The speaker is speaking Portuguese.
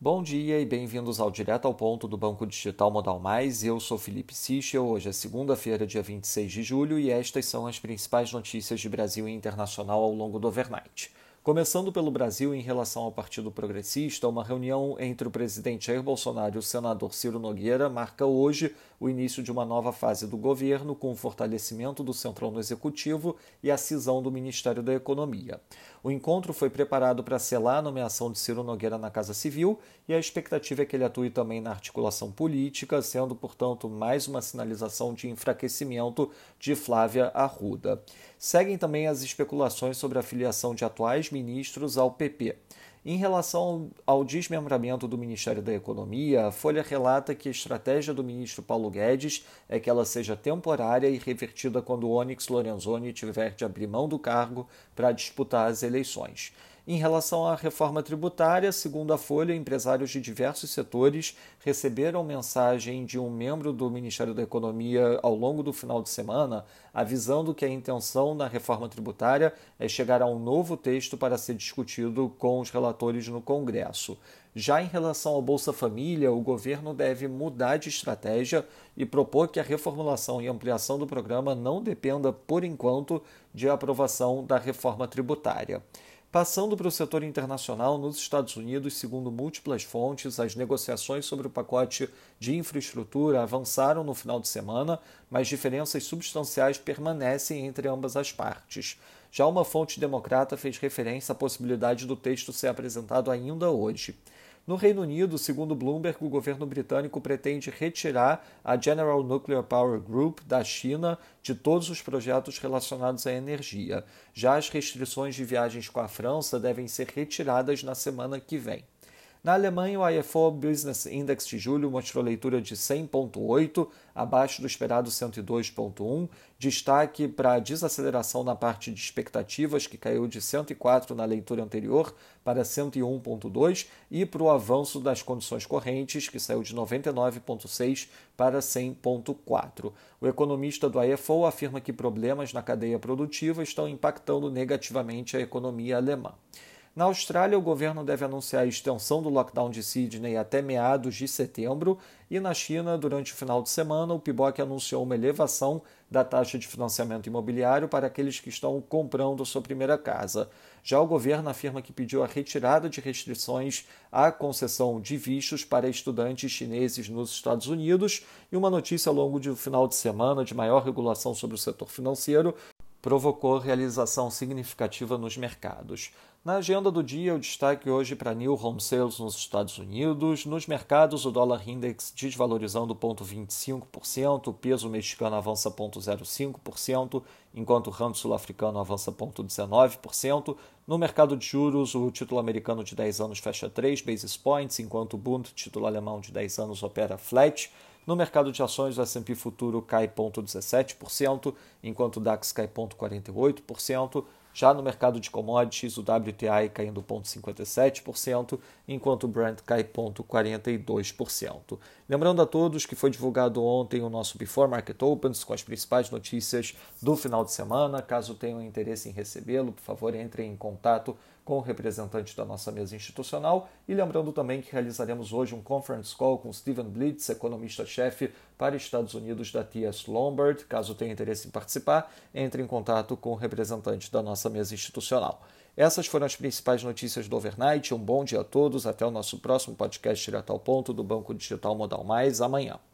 Bom dia e bem-vindos ao Direto ao Ponto do Banco Digital Modal Mais. Eu sou Felipe Sichel. Hoje é segunda-feira, dia 26 de julho, e estas são as principais notícias de Brasil e internacional ao longo do overnight. Começando pelo Brasil, em relação ao Partido Progressista, uma reunião entre o presidente Jair Bolsonaro e o senador Ciro Nogueira marca hoje o início de uma nova fase do governo, com o fortalecimento do Centrão no Executivo e a cisão do Ministério da Economia. O encontro foi preparado para selar a nomeação de Ciro Nogueira na Casa Civil e a expectativa é que ele atue também na articulação política, sendo, portanto, mais uma sinalização de enfraquecimento de Flávia Arruda. Seguem também as especulações sobre a filiação de atuais ministros ao PP. Em relação ao desmembramento do Ministério da Economia, a Folha relata que a estratégia do ministro Paulo Guedes é que ela seja temporária e revertida quando Onyx Lorenzoni tiver de abrir mão do cargo para disputar as eleições. Em relação à reforma tributária, segundo a Folha, empresários de diversos setores receberam mensagem de um membro do Ministério da Economia ao longo do final de semana, avisando que a intenção na reforma tributária é chegar a um novo texto para ser discutido com os relatores no Congresso. Já em relação ao Bolsa Família, o governo deve mudar de estratégia e propor que a reformulação e ampliação do programa não dependa, por enquanto, de aprovação da reforma tributária. Passando para o setor internacional, nos Estados Unidos, segundo múltiplas fontes, as negociações sobre o pacote de infraestrutura avançaram no final de semana, mas diferenças substanciais permanecem entre ambas as partes. Já uma fonte democrata fez referência à possibilidade do texto ser apresentado ainda hoje. No Reino Unido, segundo Bloomberg, o governo britânico pretende retirar a General Nuclear Power Group da China de todos os projetos relacionados à energia. Já as restrições de viagens com a França devem ser retiradas na semana que vem. Na Alemanha, o IFO Business Index de julho mostrou leitura de 100,8, abaixo do esperado 102,1, destaque para a desaceleração na parte de expectativas, que caiu de 104 na leitura anterior para 101,2, e para o avanço das condições correntes, que saiu de 99,6 para 100,4. O economista do IFO afirma que problemas na cadeia produtiva estão impactando negativamente a economia alemã. Na Austrália, o governo deve anunciar a extensão do lockdown de Sydney até meados de setembro e na China, durante o final de semana, o PBOC anunciou uma elevação da taxa de financiamento imobiliário para aqueles que estão comprando sua primeira casa. Já o governo afirma que pediu a retirada de restrições à concessão de vistos para estudantes chineses nos Estados Unidos e uma notícia ao longo do final de semana de maior regulação sobre o setor financeiro provocou realização significativa nos mercados. Na agenda do dia, o destaque hoje para New Home Sales nos Estados Unidos. Nos mercados, o dólar index desvalorizando 0,25%, o peso mexicano avança 0,05%, enquanto o rand sul-africano avança 0,19%. No mercado de juros, o título americano de 10 anos fecha 3 basis points, enquanto o Bund, título alemão de 10 anos, opera flat. No mercado de ações, o S&P futuro cai 0,17%, enquanto o DAX cai 0,48%. Já no mercado de commodities, o WTI caindo 0,57%, enquanto o Brent cai 0,42%. Lembrando a todos que foi divulgado ontem o nosso Before Market Opens com as principais notícias do final de semana. Caso tenham interesse em recebê-lo, por favor, entrem em contato com o representante da nossa mesa institucional. E lembrando também que realizaremos hoje um conference call com Steven Blitz, economista-chefe para Estados Unidos da TS Lombard. Caso tenha interesse em participar, entre em contato com o representante da nossa mesa institucional. Essas foram as principais notícias do overnight. Um bom dia a todos. Até o nosso próximo podcast Direto ao Ponto do Banco Digital Modal Mais amanhã.